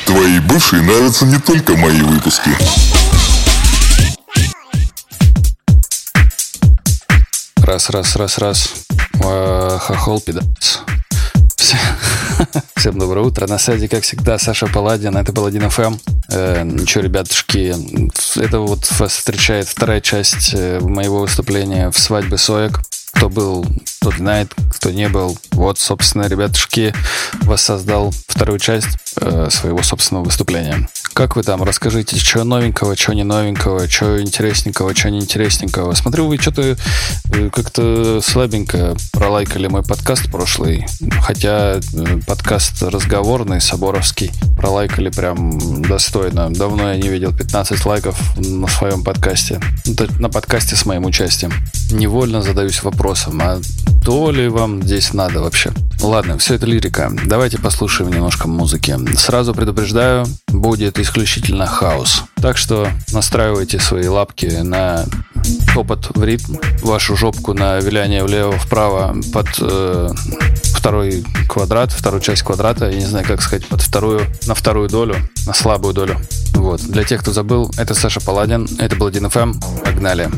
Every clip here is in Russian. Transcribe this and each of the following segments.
Твоей бывшей нравятся не только мои выпуски. Раз. Хохол, пидас. Всем доброе утро. На связи, как всегда, Саша Паладин. Это был 1FM. Ничего, ребятушки, это вот вас встречает вторая часть моего выступления в свадьбе Соек. Кто был, тот знает, кто не был. Вот, собственно, ребятушки, воссоздал вторую часть своего собственного выступления. Как вы там? Расскажите, что новенького, что не новенького, что интересненького, что неинтересненького. Смотрю, вы что-то как-то слабенько пролайкали мой подкаст прошлый. Хотя подкаст разговорный, соборовский. Пролайкали прям достойно. Давно я не видел 15 лайков на своем подкасте. На подкасте с моим участием. Невольно задаюсь вопросом, а то ли вам здесь надо вообще? Ладно, все это лирика. Давайте послушаем немножко музыки. Сразу предупреждаю, будет исключительно хаос. Так что настраивайте свои лапки на топот в ритм, вашу жопку на виляние влево-вправо под второй квадрат, вторую часть квадрата, я не знаю, как сказать, на вторую долю, на слабую долю. Вот. Для тех, кто забыл, это Саша Паладин, это был 1FM. Погнали.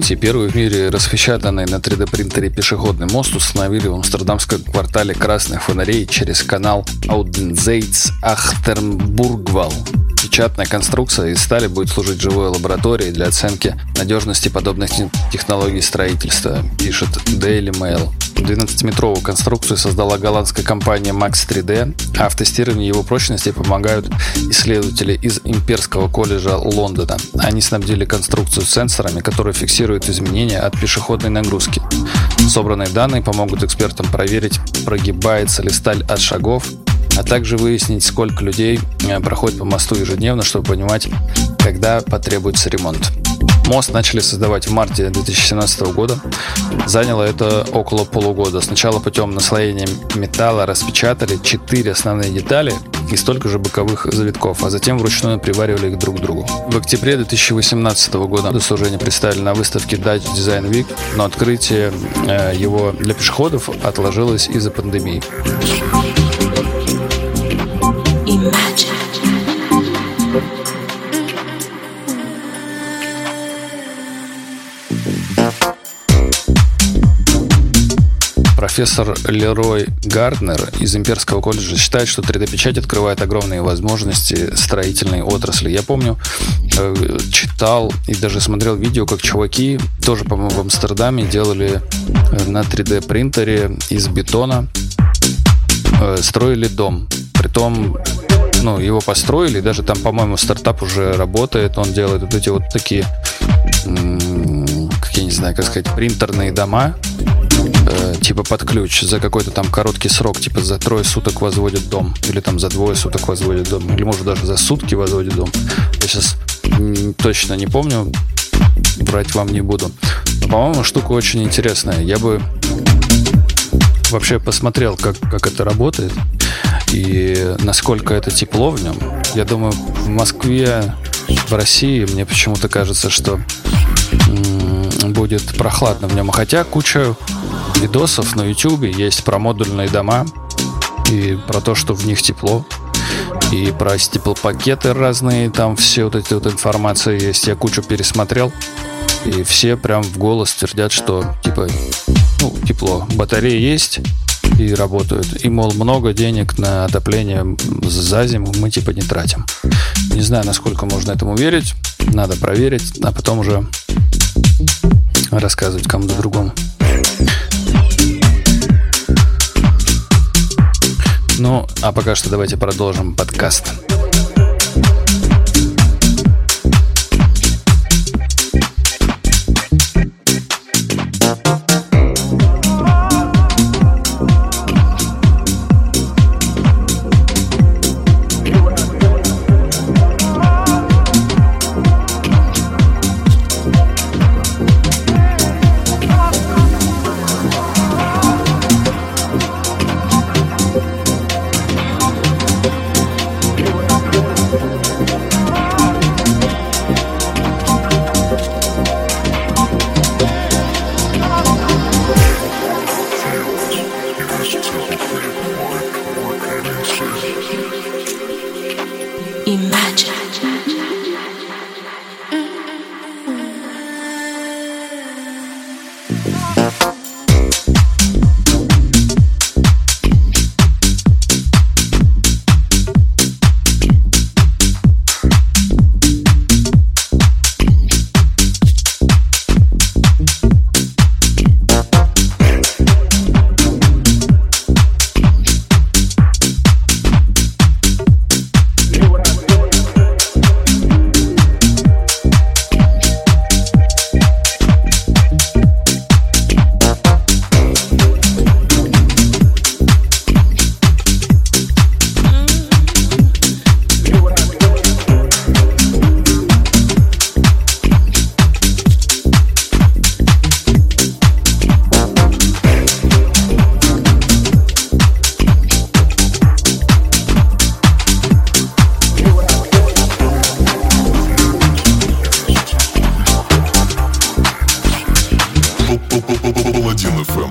Событий. Первый в мире распечатанный на 3D-принтере пешеходный мост установили в амстердамском квартале красных фонарей через канал Аудензейтс-Ахтербургвал. Печатная конструкция из стали будет служить живой лабораторией для оценки надежности подобных технологий строительства, пишет Daily Mail. 12-метровую конструкцию создала голландская компания Max 3D, а в тестировании его прочности помогают исследователи из Имперского колледжа Лондона. Они снабдили конструкцию сенсорами, которые фиксируют изменения от пешеходной нагрузки. Собранные данные помогут экспертам проверить, прогибается ли сталь от шагов, а также выяснить, сколько людей проходит по мосту ежедневно, чтобы понимать, когда потребуется ремонт. Мост начали создавать в марте 2017 года. Заняло это около полугода. Сначала путем наслоения металла распечатали 4 основные детали и столько же боковых завитков, а затем вручную приваривали их друг к другу. В октябре 2018 года сооружение представили на выставке Dutch Design Week, но открытие его для пешеходов отложилось из-за пандемии. Профессор Лерой Гарднер из Имперского колледжа считает, что 3D-печать открывает огромные возможности строительной отрасли. Я помню, читал и даже смотрел видео, как чуваки, тоже, по-моему, в Амстердаме, делали на 3D-принтере из бетона, строили дом. Притом, его построили, даже там, по-моему, стартап уже работает, он делает вот эти вот такие, я не знаю, как сказать, принтерные дома, типа под ключ, за какой-то там короткий срок, типа за 3 суток возводят дом, или там за 2 суток возводят дом, или может даже за сутки возводят дом. Я сейчас точно не помню, врать вам не буду. Но, по-моему, штука очень интересная. Я бы вообще посмотрел, как это работает и насколько это тепло в нем. Я думаю, в Москве, в России мне почему-то кажется, что будет прохладно в нем. Хотя куча видосов на YouTube есть про модульные дома и про то, что в них тепло, и про теплопакеты разные, там все вот эти вот информация есть. Я кучу пересмотрел, и все прям в голос твердят, что типа, тепло, батареи есть и работают, и, мол, много денег на отопление за зиму мы типа не тратим. Не знаю, насколько можно этому верить, надо проверить, а потом уже рассказывать кому-то другому. А пока что давайте продолжим подкаст. Паладин FM.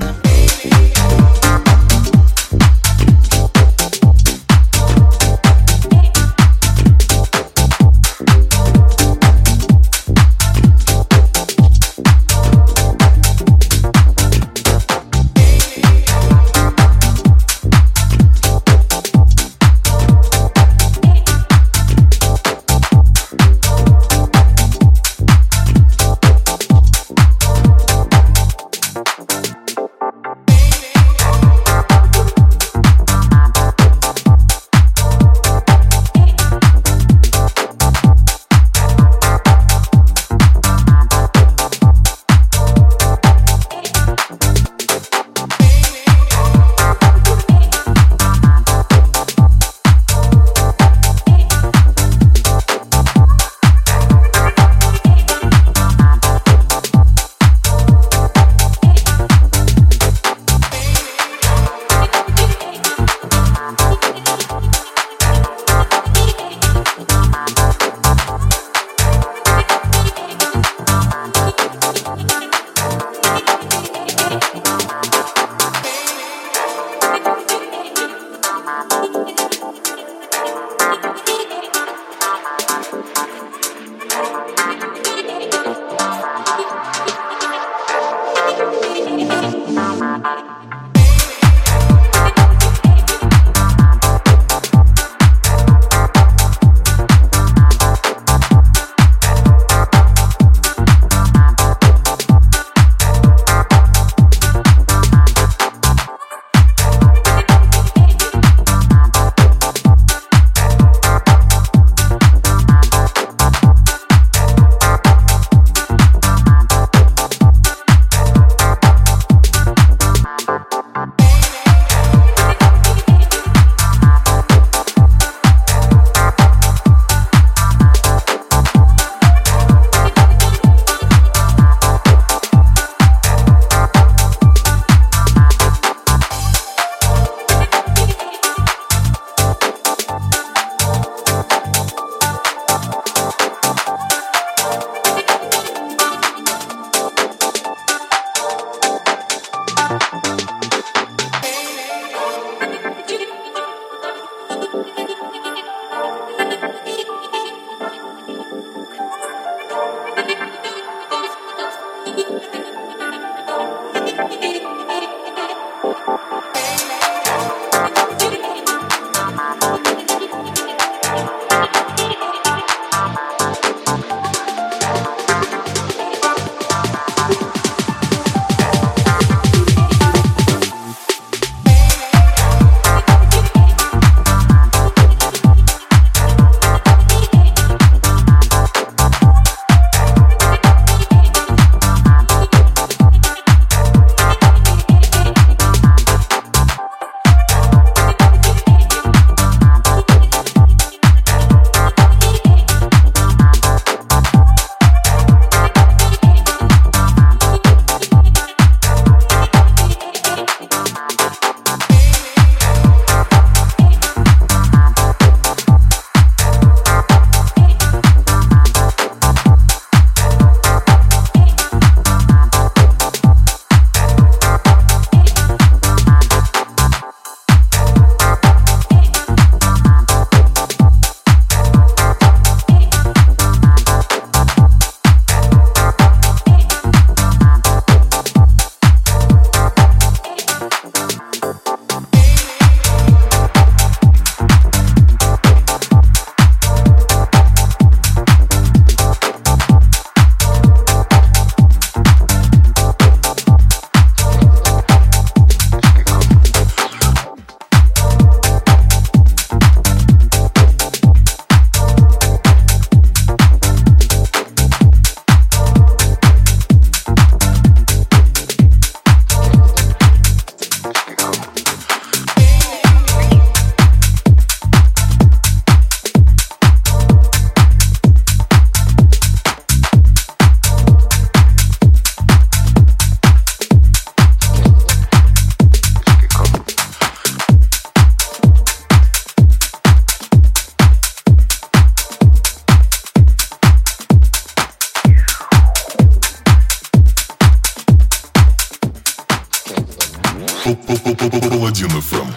Паладин FM.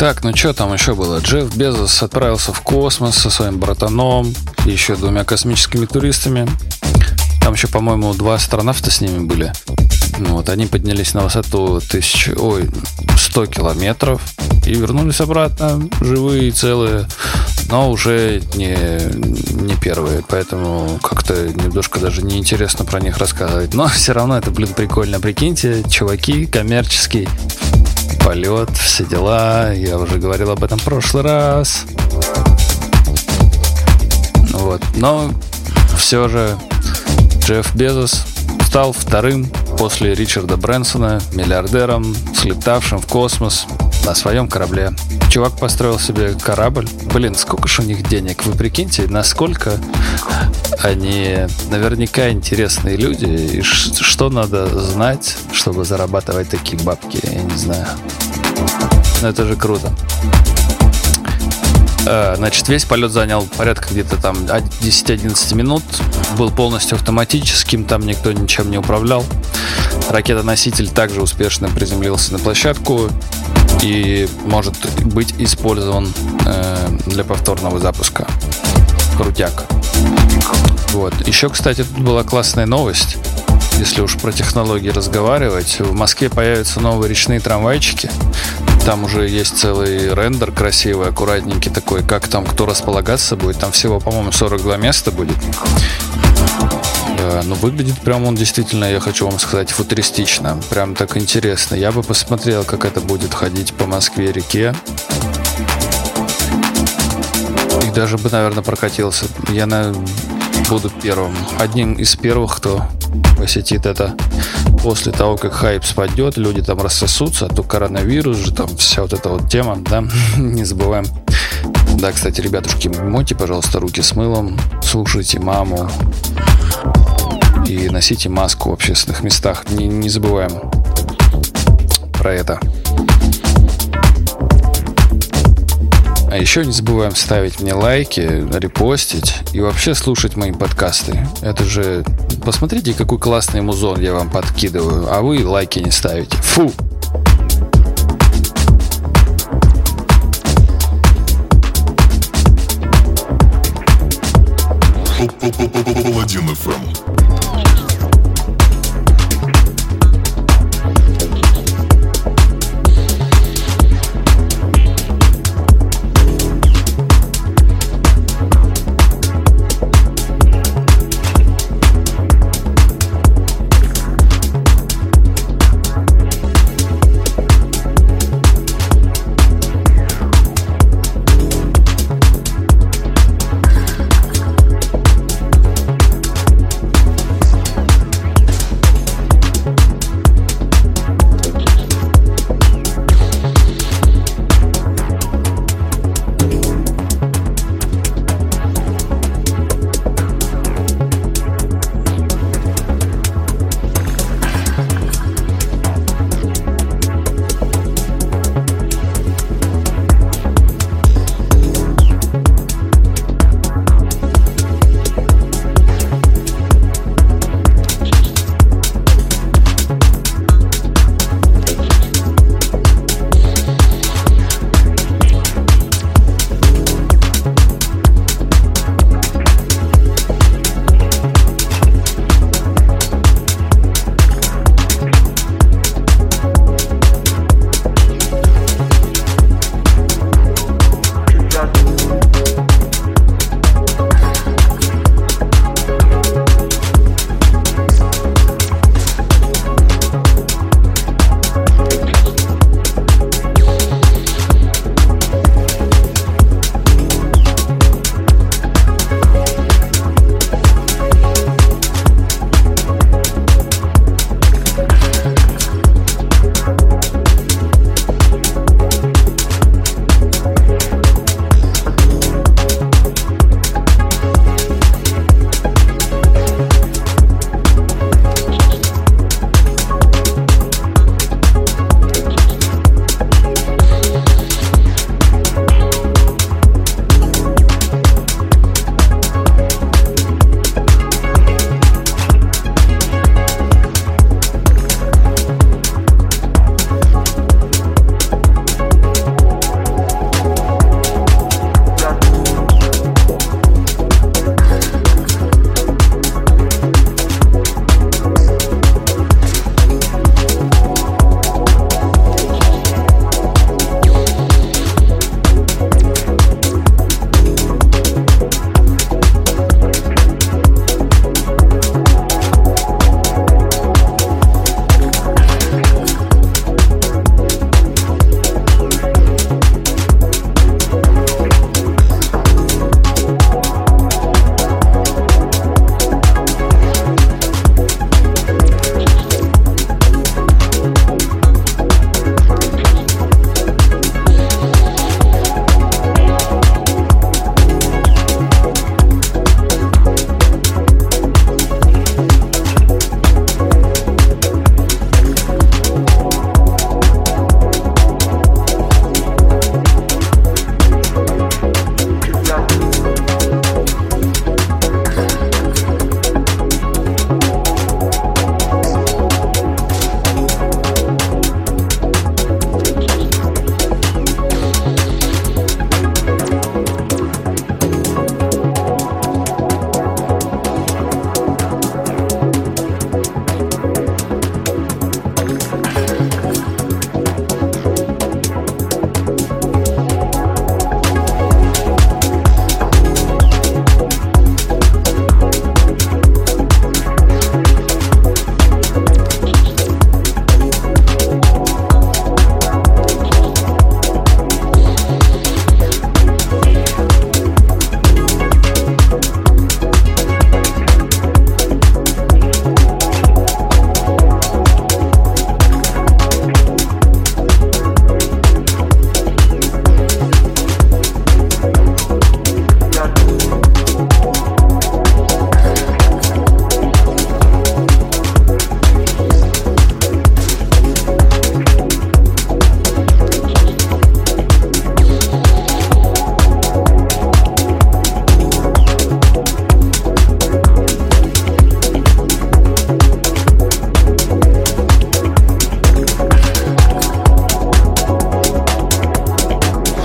Так, ну что там еще было? Джефф Безос отправился в космос со своим братаном и еще 2 космическими туристами. Там еще, по-моему, 2 астронавта с ними были. Ну, вот они поднялись на высоту 100 километров и вернулись обратно, живые и целые, но уже не первые, поэтому как-то немножко даже неинтересно про них рассказывать. Но все равно это, прикольно. Прикиньте, чуваки, коммерческий полет, все дела. Я уже говорил об этом в прошлый раз. Вот. Но все же Джефф Безос стал вторым после Ричарда Брэнсона миллиардером, слетавшим в космос на своем корабле. Чувак построил себе корабль. Сколько ж у них денег. Вы прикиньте, насколько они наверняка интересные люди. И что надо знать, чтобы зарабатывать такие бабки, я не знаю. Но это же круто. Значит, весь полет занял порядка где-то там 10-11 минут. Был полностью автоматическим, там никто ничем не управлял. Ракета-носитель также успешно приземлился на площадку и может быть использован для повторного запуска. Крутяк. Вот. Еще, кстати, тут была классная новость. Если уж про технологии разговаривать, в Москве появятся новые речные трамвайчики. Там уже есть целый рендер красивый, аккуратненький такой, как там кто располагаться будет. Там всего, по-моему, 42 места будет. Но выглядит прям он действительно, я хочу вам сказать, футуристично. Прям так интересно. Я бы посмотрел, как это будет ходить по Москве-реке. И даже бы, наверное, прокатился. Я буду первым. Одним из первых, кто посетит это после того, как хайп спадет, люди там рассосутся, а то коронавирус же, там вся вот эта вот тема, да, не забываем. Да, кстати, ребятушки, мойте, пожалуйста, руки с мылом, слушайте маму и носите маску в общественных местах. Не забываем про это. А еще не забываем ставить мне лайки, репостить и вообще слушать мои подкасты. Это же... Посмотрите, какой классный музон я вам подкидываю, а вы лайки не ставите. Фу! Паладин FM.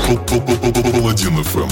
Паладин FM.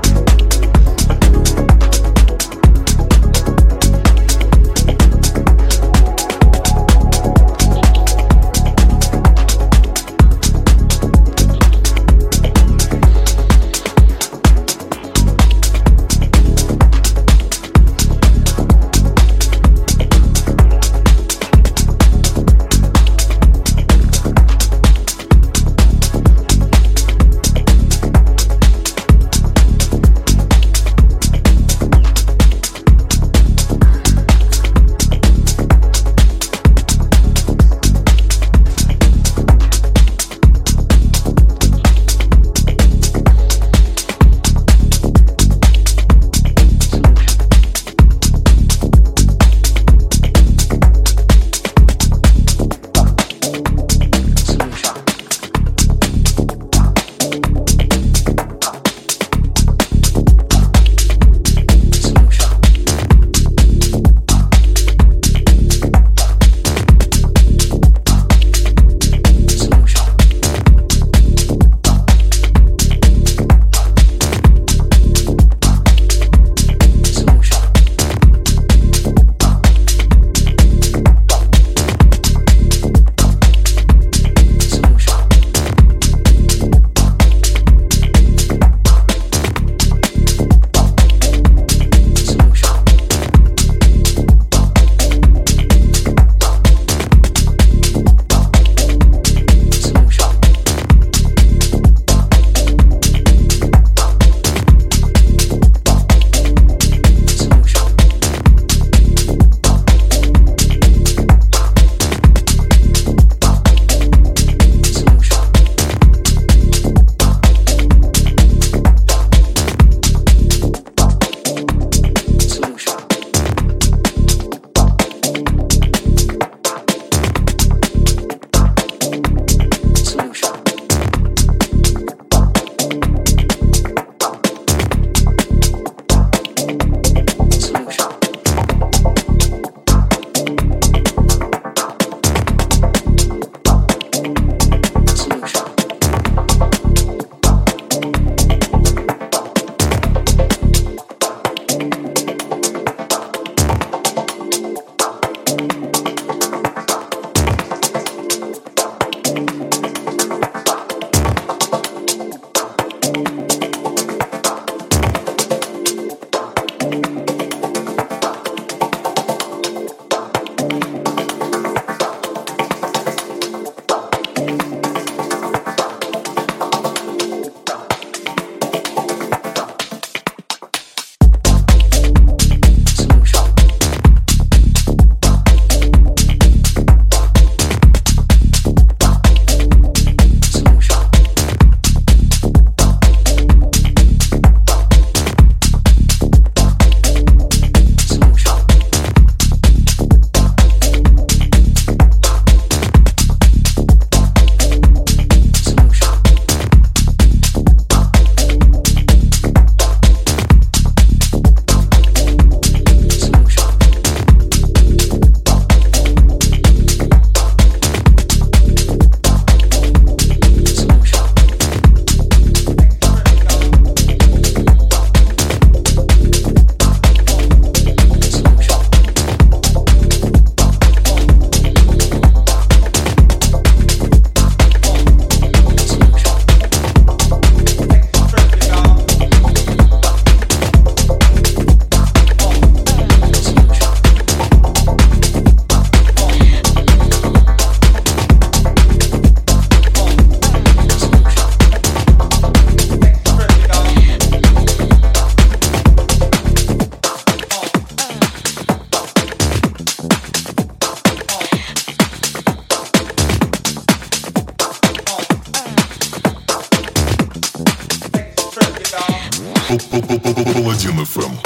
Паладин FM.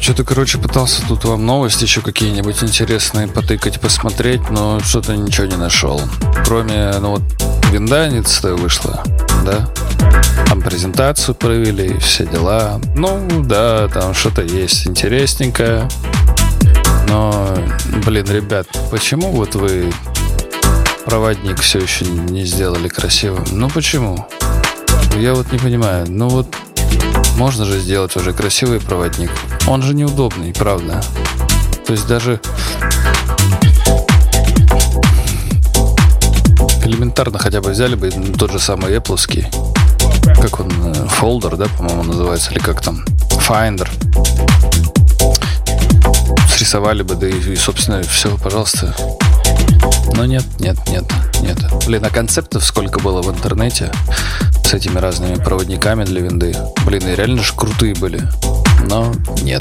что-то, короче, пытался тут вам новости еще какие-нибудь интересные потыкать, посмотреть, но что-то ничего не нашел. Кроме, вот, винда 11 вышла, да? Там презентацию провели, все дела. Ну, да, там что-то есть интересненькое. Но, ребят, почему вот вы проводник все еще не сделали красивым? Ну, почему? Я вот не понимаю. Ну, вот можно же сделать уже красивый проводник. Он же неудобный, правда. То есть даже элементарно хотя бы взяли бы тот же самый Apple-овский, как он, Folder, да, по-моему, называется, или как там, Finder. Срисовали бы, да и собственно, все, пожалуйста. Но нет. А концептов сколько было в интернете с этими разными проводниками для винды. И реально же крутые были. Но нет.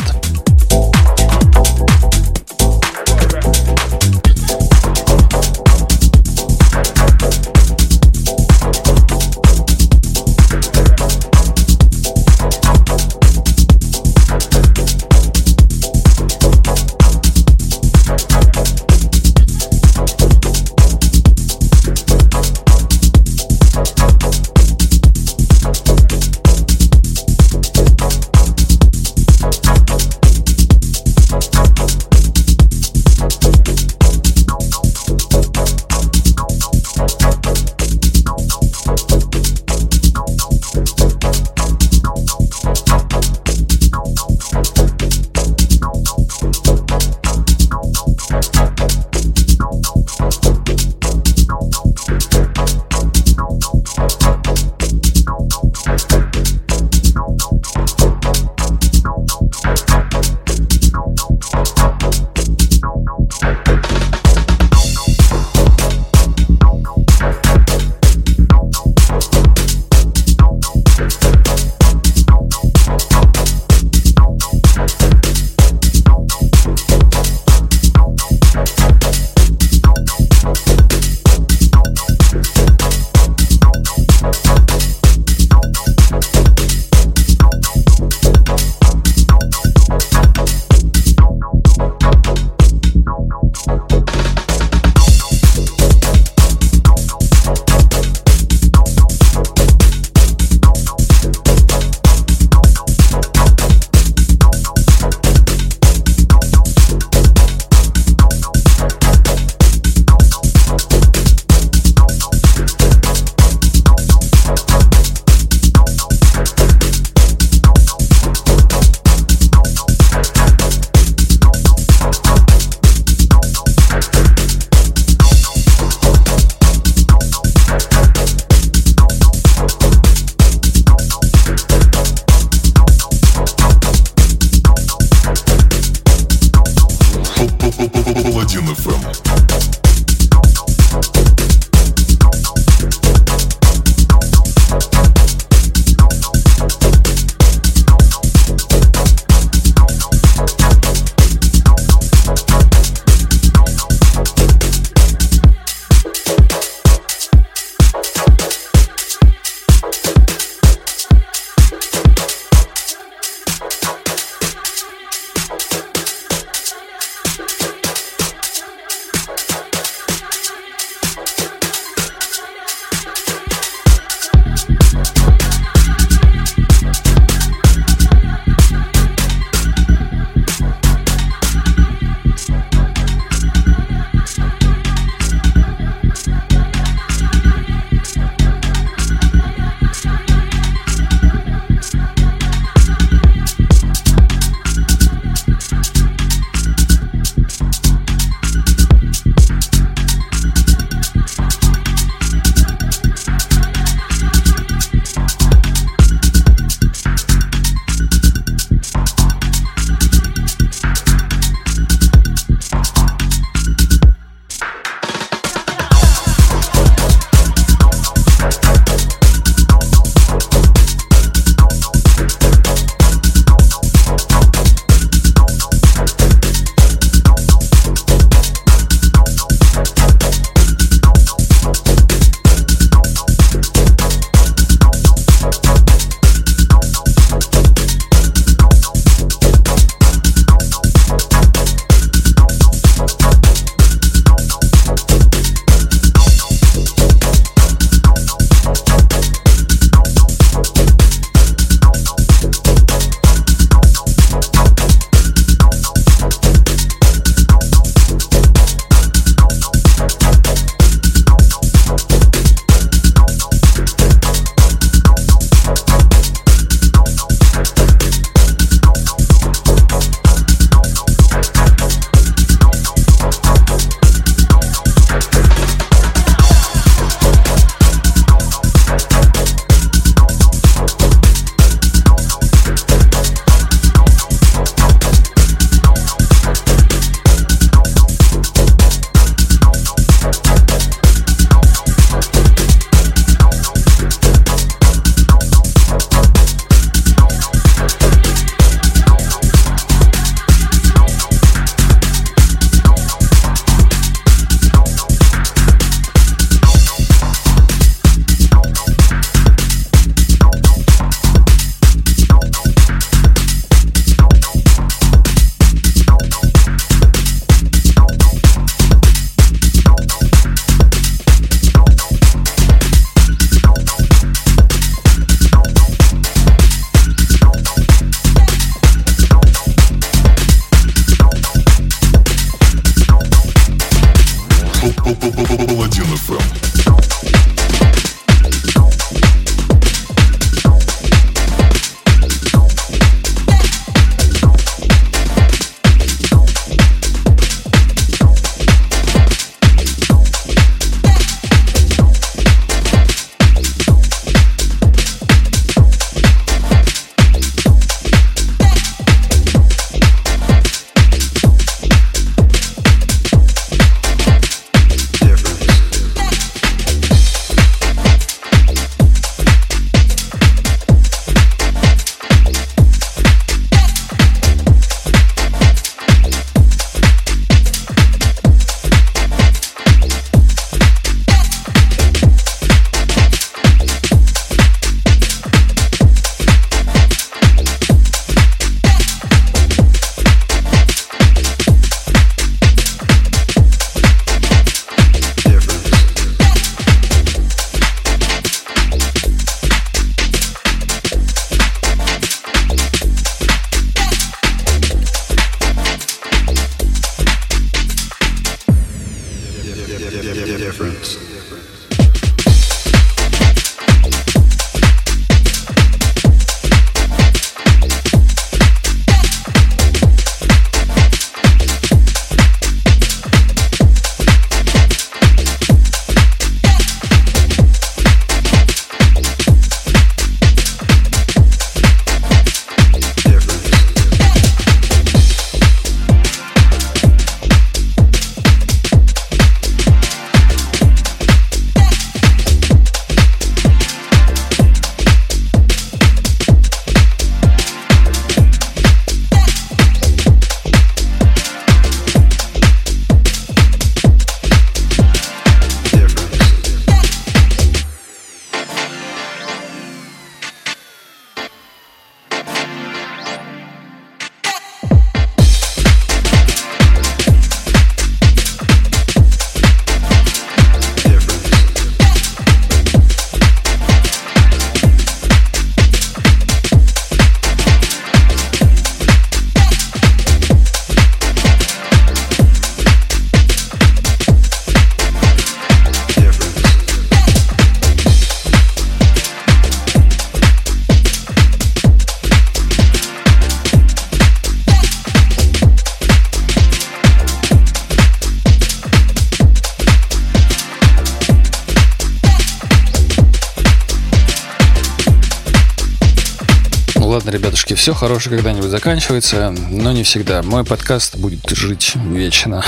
ладно, ребятушки, все хорошее когда-нибудь заканчивается, но не всегда. Мой подкаст будет жить вечно.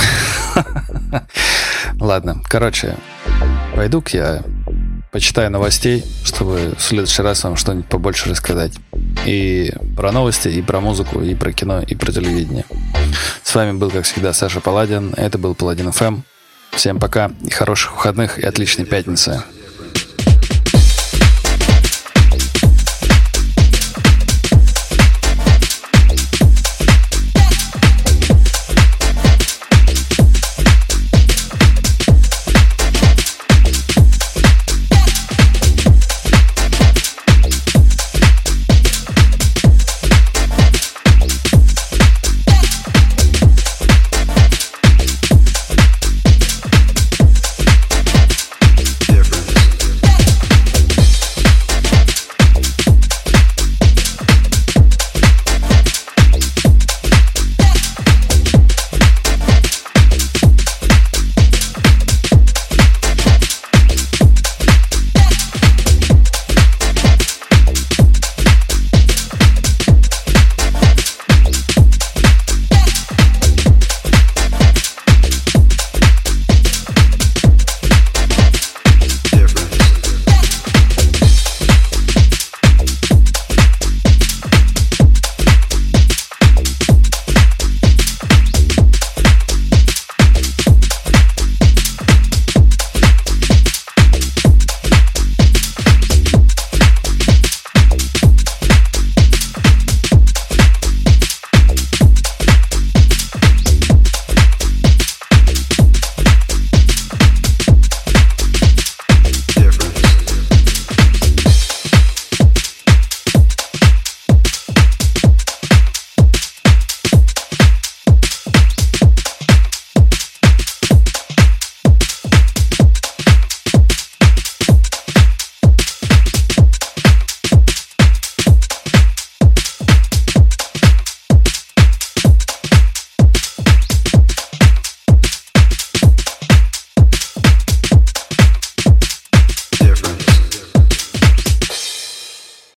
Ладно, короче, пойду-ка я почитаю новостей, чтобы в следующий раз вам что-нибудь побольше рассказать. И про новости, и про музыку, и про кино, и про телевидение. С вами был, как всегда, Саша Паладин. Это был Паладин FM. Всем пока, и хороших выходных, и отличной пятницы.